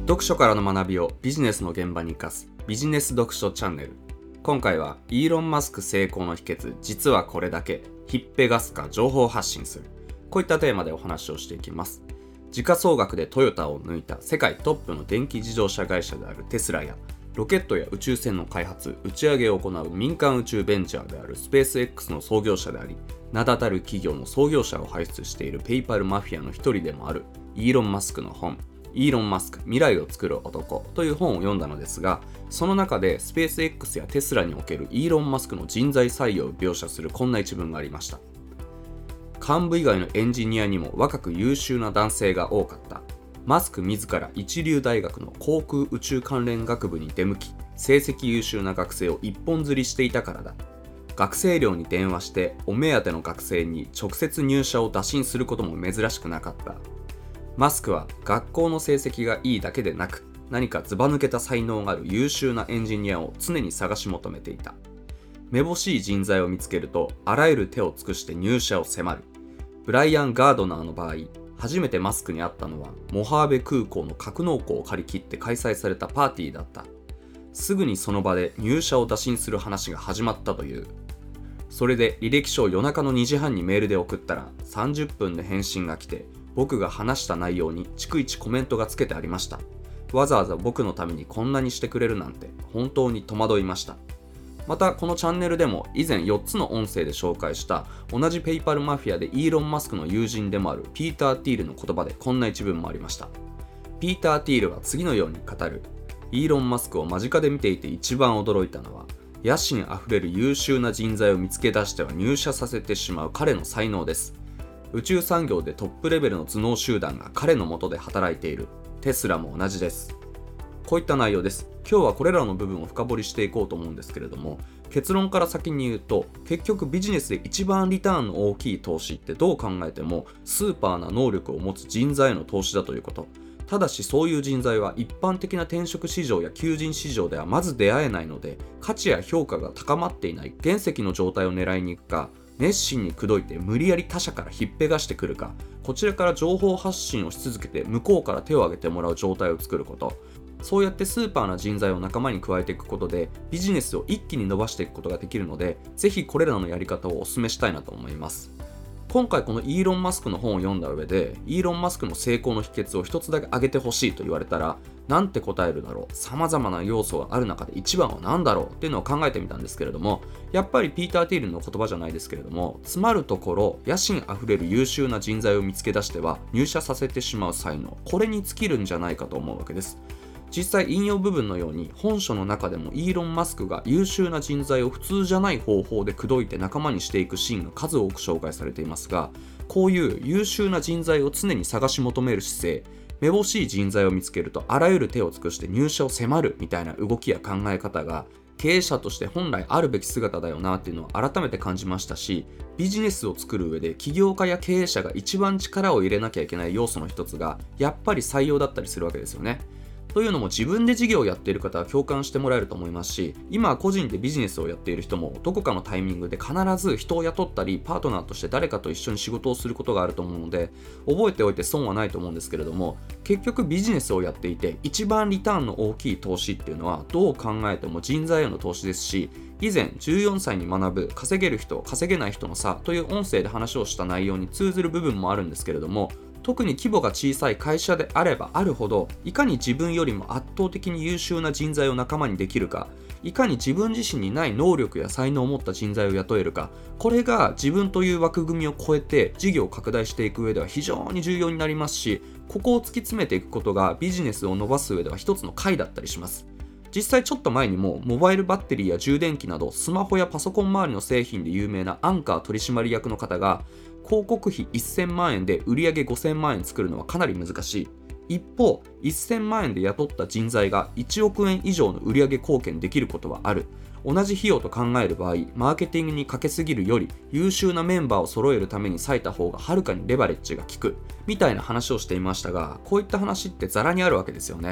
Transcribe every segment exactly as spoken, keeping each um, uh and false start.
読書からの学びをビジネスの現場に生かすビジネス読書チャンネル。今回はイーロン・マスク成功の秘訣、実はこれだけ、ひっぺがすか情報発信する。こういったテーマでお話をしていきます。時価総額でトヨタを抜いた世界トップの電気自動車会社であるテスラや、ロケットや宇宙船の開発、打ち上げを行う民間宇宙ベンチャーであるスペース X の創業者であり、名だたる企業の創業者を輩出しているペイパルマフィアの一人でもあるイーロン・マスクの本、イーロン・マスク未来を作る男という本を読んだのですが、その中でスペース X やテスラにおけるイーロン・マスクの人材採用を描写するこんな一文がありました。幹部以外のエンジニアにも若く優秀な男性が多かった。マスク自ら一流大学の航空宇宙関連学部に出向き、成績優秀な学生を一本釣りしていたからだ。学生寮に電話してお目当ての学生に直接入社を打診することも珍しくなかった。マスクは学校の成績がいいだけでなく、何かずば抜けた才能がある優秀なエンジニアを常に探し求めていた。めぼしい人材を見つけると、あらゆる手を尽くして入社を迫る。ブライアン・ガードナーの場合、初めてマスクに会ったのはモハーベ空港の格納庫を借り切って開催されたパーティーだった。すぐにその場で入社を打診する話が始まったという。それで履歴書を夜中のにじはんにメールで送ったら、さんじゅっぷんで返信が来て、僕が話した内容に逐一コメントがつけてありました。わざわざ僕のためにこんなにしてくれるなんて本当に戸惑いました。またこのチャンネルでも以前よっつの音声で紹介した同じペイパルマフィアでイーロン・マスクの友人でもあるピーター・ティールの言葉でこんな一文もありました。ピーター・ティールは次のように語る。イーロン・マスクを間近で見ていて一番驚いたのは、野心あふれる優秀な人材を見つけ出しては入社させてしまう彼の才能です。宇宙産業でトップレベルの頭脳集団が彼の下で働いている。テスラも同じです。こういった内容です。今日はこれらの部分を深掘りしていこうと思うんですけれども、結論から先に言うと、結局ビジネスで一番リターンの大きい投資ってどう考えてもスーパーな能力を持つ人材への投資だということ。ただしそういう人材は一般的な転職市場や求人市場ではまず出会えないので、価値や評価が高まっていない原石の状態を狙いに行くか、熱心に口説いて無理やり他者からひっぺがしてくるか、こちらから情報発信をし続けて向こうから手を挙げてもらう状態を作ること。そうやってスーパーな人材を仲間に加えていくことでビジネスを一気に伸ばしていくことができるので、ぜひこれらのやり方をお勧めしたいなと思います。今回このイーロン・マスクの本を読んだ上で、イーロン・マスクの成功の秘訣を一つだけ挙げてほしいと言われたら、なんて答えるだろう。様々な要素がある中で一番は何だろうっていうのを考えてみたんですけれども、やっぱりピーター・ティールの言葉じゃないですけれども、つまるところ野心あふれる優秀な人材を見つけ出しては入社させてしまう才能、これに尽きるんじゃないかと思うわけです。実際引用部分のように本書の中でもイーロン・マスクが優秀な人材を普通じゃない方法で口説いて仲間にしていくシーンが数多く紹介されていますが、こういう優秀な人材を常に探し求める姿勢、めぼしい人材を見つけるとあらゆる手を尽くして入社を迫るみたいな動きや考え方が経営者として本来あるべき姿だよなっていうのを改めて感じましたし、ビジネスを作る上で起業家や経営者が一番力を入れなきゃいけない要素の一つがやっぱり採用だったりするわけですよね。というのも自分で事業をやっている方は共感してもらえると思いますし、今は個人でビジネスをやっている人もどこかのタイミングで必ず人を雇ったりパートナーとして誰かと一緒に仕事をすることがあると思うので、覚えておいて損はないと思うんですけれども、結局ビジネスをやっていて一番リターンの大きい投資っていうのはどう考えても人材への投資ですし、以前じゅうよんさいに学ぶ稼げる人稼げない人の差という音声で話をした内容に通ずる部分もあるんですけれども、特に規模が小さい会社であればあるほど、いかに自分よりも圧倒的に優秀な人材を仲間にできるか、いかに自分自身にない能力や才能を持った人材を雇えるか、これが自分という枠組みを超えて事業を拡大していく上では非常に重要になりますし、ここを突き詰めていくことがビジネスを伸ばす上では一つの解だったりします。実際ちょっと前にもモバイルバッテリーや充電器などスマホやパソコン周りの製品で有名なアンカー取締役の方が、広告費せんまんえんで売上ごせんまんえん作るのはかなり難しい。一方、せんまんえんで雇った人材がいちおくえん以上の売上貢献できることはある。同じ費用と考える場合、マーケティングにかけすぎるより優秀なメンバーを揃えるために割いた方がはるかにレバレッジが効くみたいな話をしていましたが、こういった話ってザラにあるわけですよね。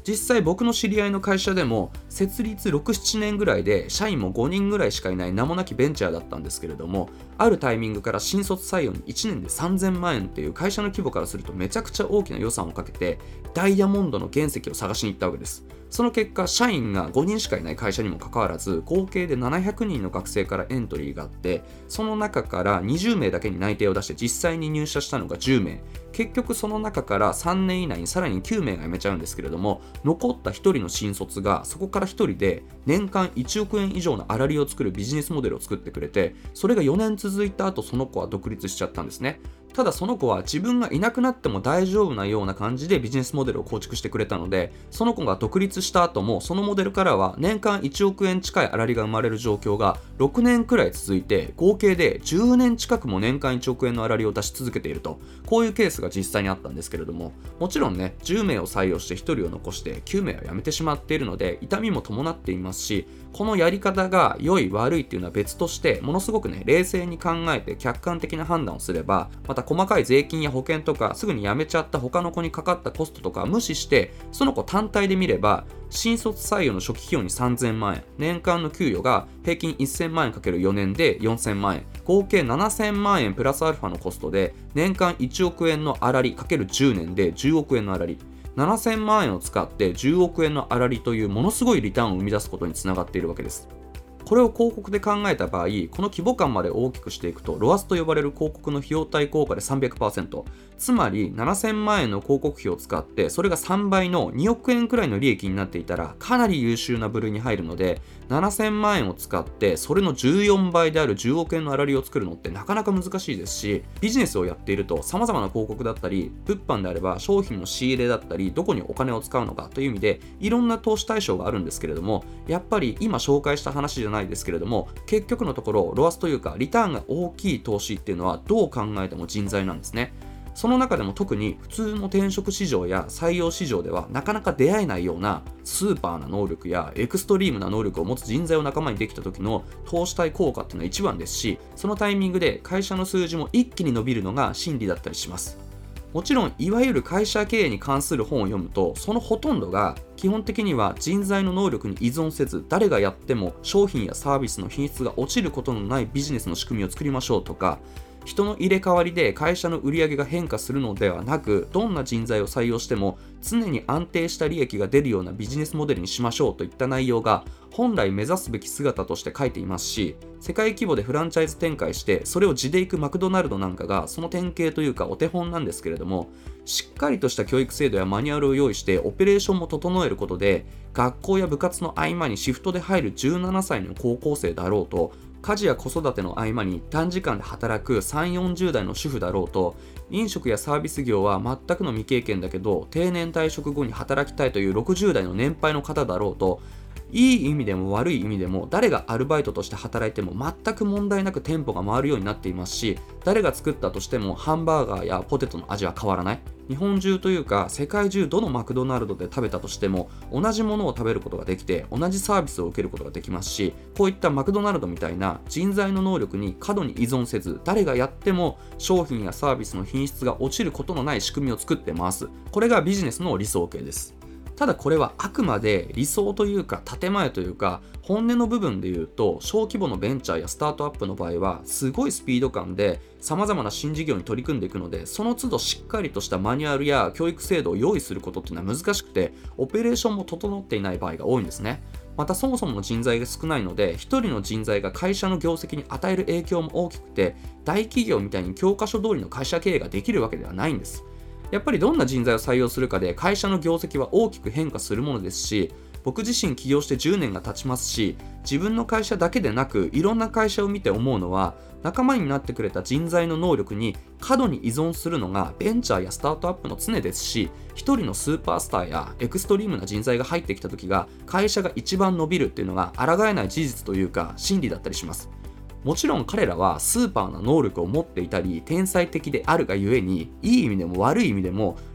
実際僕の知り合いの会社でも設立ろく、ななねんぐらいで社員もごにんぐらいしかいない名もなきベンチャーだったんですけれども、あるタイミングから新卒採用にいちねんでさんぜんまんえんっていう会社の規模からするとめちゃくちゃ大きな予算をかけてダイヤモンドの原石を探しに行ったわけです。その結果、社員がごにんしかいない会社にもかかわらず合計でななひゃくにんの学生からエントリーがあって、その中からにじゅうめいだけに内定を出して実際に入社したのがじゅうめい。結局その中からさんねん以内にさらにきゅうめいが辞めちゃうんですけれども、残ったひとりの新卒がそこからひとりで年間いちおくえん以上の粗利を作るビジネスモデルを作ってくれて、それがよねん続いた後、その子は独立しちゃったんですね。ただその子は自分がいなくなっても大丈夫なような感じでビジネスモデルを構築してくれたので、その子が独立した後もそのモデルからは年間いちおくえん近い粗利が生まれる状況がろくねんくらい続いて、合計でじゅうねん近くも年間いちおくえんの粗利を出し続けていると、こういうケースが実際にあったんですけれども、もちろんね、じゅうめいを採用してひとりを残してきゅうめいは辞めてしまっているので痛みも伴っていますし、このやり方が良い悪いっていうのは別として、ものすごくね、冷静に考えて客観的な判断をすれば、また細かい税金や保険とかすぐに辞めちゃった他の子にかかったコストとか無視して、その子単体で見れば新卒採用の初期費用にさんぜんまんえん、年間の給与が平均せんまんえんかけるよねんでよんせんまんえん、合計ななせんまんえんプラスアルファのコストで年間いちおくえんの粗利かけるじゅうねんでじゅうおくえんの粗利、ななせんまんえんを使ってじゅうおくえんの粗利というものすごいリターンを生み出すことにつながっているわけです。これを広告で考えた場合、この規模感まで大きくしていくと、ロアスと呼ばれる広告の費用対効果で さんびゃくパーセント、つまりななせんまんえんの広告費を使ってそれがさんばいのにおくえんくらいの利益になっていたらかなり優秀な部類に入るので、ななせんまんえんを使ってそれのじゅうよんばいであるじゅうおくえんの粗利を作るのってなかなか難しいですし、ビジネスをやっていると様々な広告だったり、物販であれば商品の仕入れだったり、どこにお金を使うのかという意味でいろんな投資対象があるんですけれども、やっぱり今紹介した話じゃないですけれども、結局のところロアスというかリターンが大きい投資っていうのはどう考えても人材なんですね。その中でも特に普通の転職市場や採用市場ではなかなか出会えないようなスーパーな能力やエクストリームな能力を持つ人材を仲間にできた時の投資対効果っていうのは一番ですし、そのタイミングで会社の数字も一気に伸びるのが真理だったりします。もちろんいわゆる会社経営に関する本を読むと、そのほとんどが基本的には人材の能力に依存せず、誰がやっても商品やサービスの品質が落ちることのないビジネスの仕組みを作りましょうとか、人の入れ替わりで会社の売り上げが変化するのではなく、どんな人材を採用しても常に安定した利益が出るようなビジネスモデルにしましょうといった内容が本来目指すべき姿として書いていますし、世界規模でフランチャイズ展開してそれを地で行くマクドナルドなんかがその典型というかお手本なんですけれども、しっかりとした教育制度やマニュアルを用意してオペレーションも整えることで、学校や部活の合間にシフトで入るじゅうななさいの高校生だろうと、家事や子育ての合間に短時間で働くさんじゅう、よんじゅうだいの主婦だろうと、飲食やサービス業は全くの未経験だけど定年退職後に働きたいというろくじゅうだいの年配の方だろうと、いい意味でも悪い意味でも誰がアルバイトとして働いても全く問題なく店舗が回るようになっていますし、誰が作ったとしてもハンバーガーやポテトの味は変わらない。日本中というか世界中どのマクドナルドで食べたとしても同じものを食べることができて、同じサービスを受けることができますし、こういったマクドナルドみたいな人材の能力に過度に依存せず、誰がやっても商品やサービスの品質が落ちることのない仕組みを作ってます。これがビジネスの理想形です。ただこれはあくまで理想というか建前というか本音の部分で言うと、小規模のベンチャーやスタートアップの場合はすごいスピード感で様々な新事業に取り組んでいくので、その都度しっかりとしたマニュアルや教育制度を用意することっていうのは難しくて、オペレーションも整っていない場合が多いんですね。またそもそもの人材が少ないので、一人の人材が会社の業績に与える影響も大きくて、大企業みたいに教科書通りの会社経営ができるわけではないんです。やっぱりどんな人材を採用するかで会社の業績は大きく変化するものですし、僕自身起業してじゅうねんが経ちますし、自分の会社だけでなくいろんな会社を見て思うのは、仲間になってくれた人材の能力に過度に依存するのがベンチャーやスタートアップの常ですし、一人のスーパースターやエクストリームな人材が入ってきた時が会社が一番伸びるっていうのが抗えない事実というか真理だったりします。もちろん彼らはスーパーな能力を持っていたり天才的であるがゆえに、いい意味でも悪い意味でも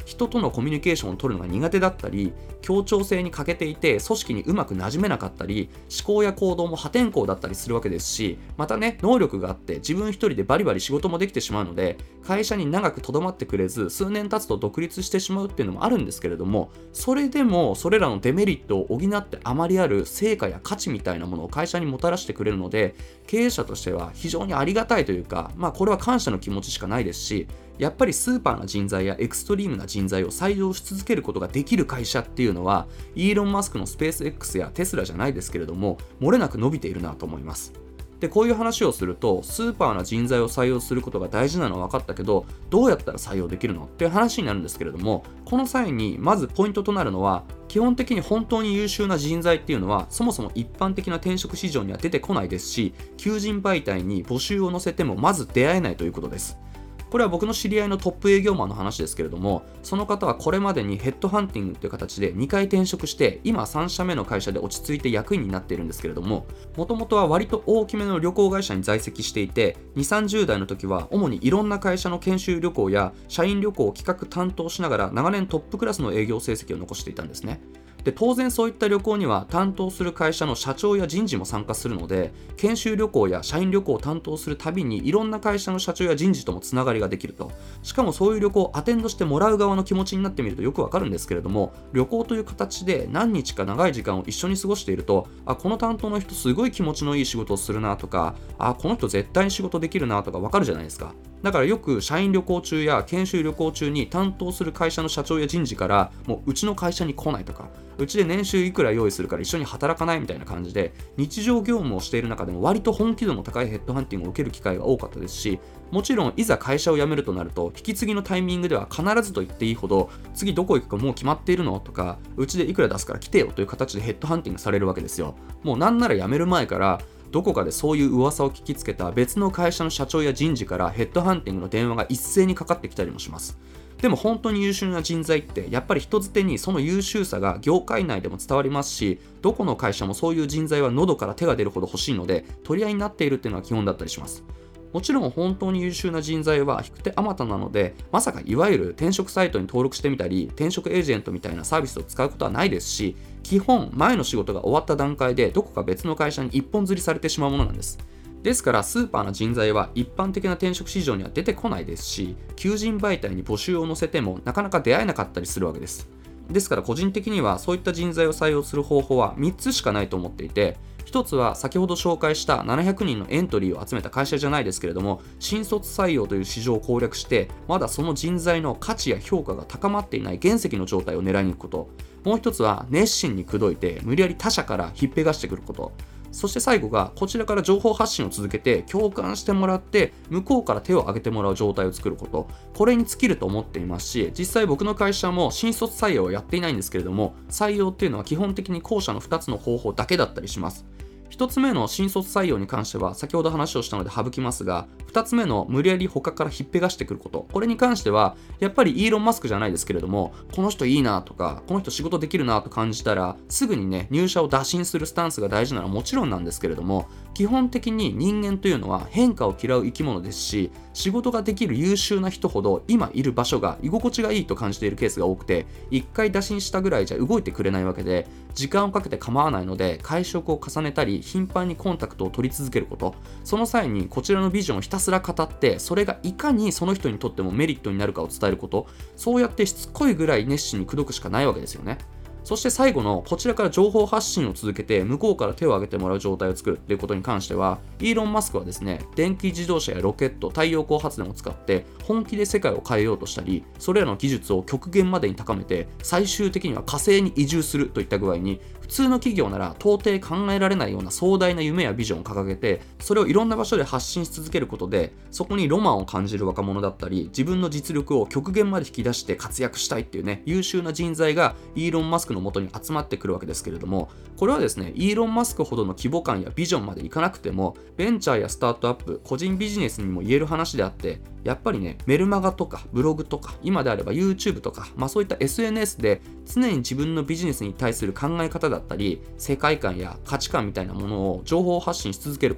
人とのコミュニケーションを取るのが苦手だったり、協調性に欠けていて組織にうまく馴染めなかったり、思考や行動も破天荒だったりするわけですし、またね、能力があって自分一人でバリバリ仕事もできてしまうので、会社に長く留まってくれず数年経つと独立してしまうっていうのもあるんですけれども、それでもそれらのデメリットを補ってあまりある成果や価値みたいなものを会社にもたらしてくれるので、経営者としては非常にありがたいというか、まあこれは感謝の気持ちしかないですし、やっぱりスーパーな人材やエクストリームな人材を採用し続けることができる会社っていうのは、イーロン・マスクのスペース X やテスラじゃないですけれども、漏れなく伸びているなと思います。で、こういう話をすると、スーパーな人材を採用することが大事なのは分かったけど、どうやったら採用できるのっていう話になるんですけれども、この際にまずポイントとなるのは、基本的に本当に優秀な人材っていうのはそもそも一般的な転職市場には出てこないですし、求人媒体に募集を載せてもまず出会えないということです。これは僕の知り合いのトップ営業マンの話ですけれども、その方はこれまでにヘッドハンティングという形でにかい転職して、今さん社目の会社で落ち着いて役員になっているんですけれども、もともとは割と大きめの旅行会社に在籍していて、にじゅう、さんじゅう代の時は主にいろんな会社の研修旅行や社員旅行を企画担当しながら長年トップクラスの営業成績を残していたんですね。で、当然そういった旅行には担当する会社の社長や人事も参加するので、研修旅行や社員旅行を担当するたびにいろんな会社の社長や人事ともつながりができると。しかもそういう旅行をアテンドしてもらう側の気持ちになってみるとよくわかるんですけれども、旅行という形で何日か長い時間を一緒に過ごしていると、あ、この担当の人すごい気持ちのいい仕事をするなとか、あ、この人絶対に仕事できるなとかわかるじゃないですか。だからよく社員旅行中や研修旅行中に担当する会社の社長や人事から、もううちの会社に来ないとか、うちで年収いくら用意するから一緒に働かないみたいな感じで、日常業務をしている中でも割と本気度の高いヘッドハンティングを受ける機会が多かったですし、もちろんいざ会社を辞めるとなると、引き継ぎのタイミングでは必ずと言っていいほど、次どこ行くかもう決まっているのとか、うちでいくら出すから来てよという形でヘッドハンティングされるわけですよ。もうなんなら辞める前からどこかでそういう噂を聞きつけた別の会社の社長や人事からヘッドハンティングの電話が一斉にかかってきたりもします。でも本当に優秀な人材ってやっぱり人づてにその優秀さが業界内でも伝わりますし、どこの会社もそういう人材は喉から手が出るほど欲しいので取り合いになっているっていうのは基本だったりします。もちろん本当に優秀な人材は引く手あまたなので、まさかいわゆる転職サイトに登録してみたり転職エージェントみたいなサービスを使うことはないですし、基本前の仕事が終わった段階でどこか別の会社に一本釣りされてしまうものなんです。ですからスーパーな人材は一般的な転職市場には出てこないですし、求人媒体に募集を載せてもなかなか出会えなかったりするわけです。ですから個人的にはそういった人材を採用する方法はみっつしかないと思っていて、ひとつは先ほど紹介したななひゃくにんのエントリーを集めた会社じゃないですけれども、新卒採用という市場を攻略してまだその人材の価値や評価が高まっていない原石の状態を狙いに行くこと、もうひとつは熱心に口説いて無理やり他社から引っぺがしてくること、そして最後がこちらから情報発信を続けて共感してもらって向こうから手を挙げてもらう状態を作ること、これに尽きると思っていますし、実際僕の会社も新卒採用はやっていないんですけれども、採用っていうのは基本的に後者のふたつの方法だけだったりします。ひとつめの新卒採用に関しては先ほど話をしたので省きますが、ふたつめの無理やり他から引っぺがしてくること、これに関してはやっぱりイーロン・マスクじゃないですけれども、この人いいなとかこの人仕事できるなと感じたらすぐにね入社を打診するスタンスが大事なのはもちろんなんですけれども、基本的に人間というのは変化を嫌う生き物ですし、仕事ができる優秀な人ほど今いる場所が居心地がいいと感じているケースが多くて、いっかい打診したぐらいじゃ動いてくれないわけで、時間をかけて構わないので会食を重ねたり頻繁にコンタクトを取り続けること、その際にこちらのビジョンをひたすら語ってそれがいかにその人にとってもメリットになるかを伝えること、そうやってしつこいぐらい熱心に口説くしかないわけですよね。そして最後のこちらから情報発信を続けて向こうから手を挙げてもらう状態を作るということに関しては、イーロン・マスクはですね、電気自動車やロケット、太陽光発電を使って本気で世界を変えようとしたり、それらの技術を極限までに高めて最終的には火星に移住するといった具合に、普通の企業なら到底考えられないような壮大な夢やビジョンを掲げて、それをいろんな場所で発信し続けることで、そこにロマンを感じる若者だったり、自分の実力を極限まで引き出して活躍したいっていうね、優秀な人材がイーロン・マスクの元に集まってくるわけですけれども、これはですね、イーロン・マスクほどの規模感やビジョンまでいかなくても、ベンチャーやスタートアップ、個人ビジネスにも言える話であって、やっぱりね、メルマガとかブログとか、今であれば YouTube とか、まあそういった エスエヌエス で常に自分のビジネスに対する考え方だったり、世界観や価値観みたいなものを情報発信し続けること、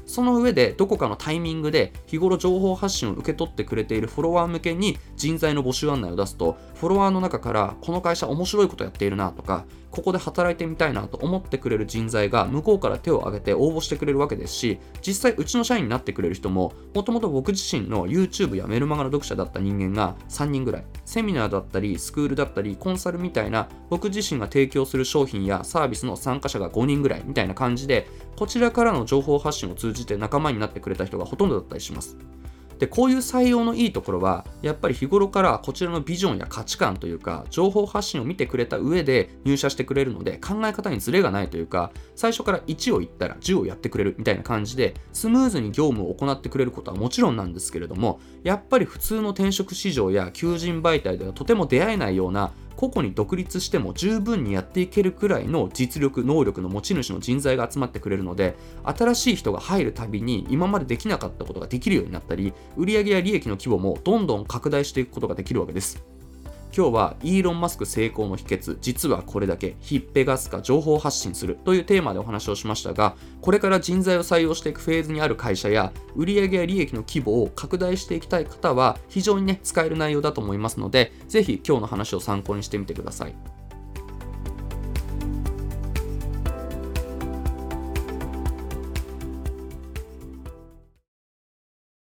その上でどこかのタイミングで日頃情報発信を受け取ってくれているフォロワー向けに人材の募集案内を出すと、フォロワーの中からこの会社面白いことやっているなとか、ここで働いてみたいなと思ってくれる人材が向こうから手を挙げて応募してくれるわけですし、実際うちの社員になってくれる人も、もともと僕自身の YouTube やメルマガの読者だった人間がさんにんぐらい、セミナーだったりスクールだったりコンサルみたいな僕自身が提供する商品やサービスの参加者がごにんぐらいみたいな感じで、こちらからの情報発信を通じて仲間になってくれた人がほとんどだったりします。で、こういう採用のいいところは、やっぱり日頃からこちらのビジョンや価値観というか、情報発信を見てくれた上で入社してくれるので、考え方にズレがないというか、最初からいちを言ったらじゅうをやってくれるみたいな感じで、スムーズに業務を行ってくれることはもちろんなんですけれども、やっぱり普通の転職市場や求人媒体ではとても出会えないような、個々に独立しても十分にやっていけるくらいの実力、能力の持ち主の人材が集まってくれるので、新しい人が入るたびに今までできなかったことができるようになったり、売上や利益の規模もどんどん拡大していくことができるわけです。今日はイーロン・マスク成功の秘訣、実はこれだけ、ひっぺがすか情報発信するというテーマでお話をしましたが、これから人材を採用していくフェーズにある会社や、売上や利益の規模を拡大していきたい方は非常にね、使える内容だと思いますので、ぜひ今日の話を参考にしてみてください。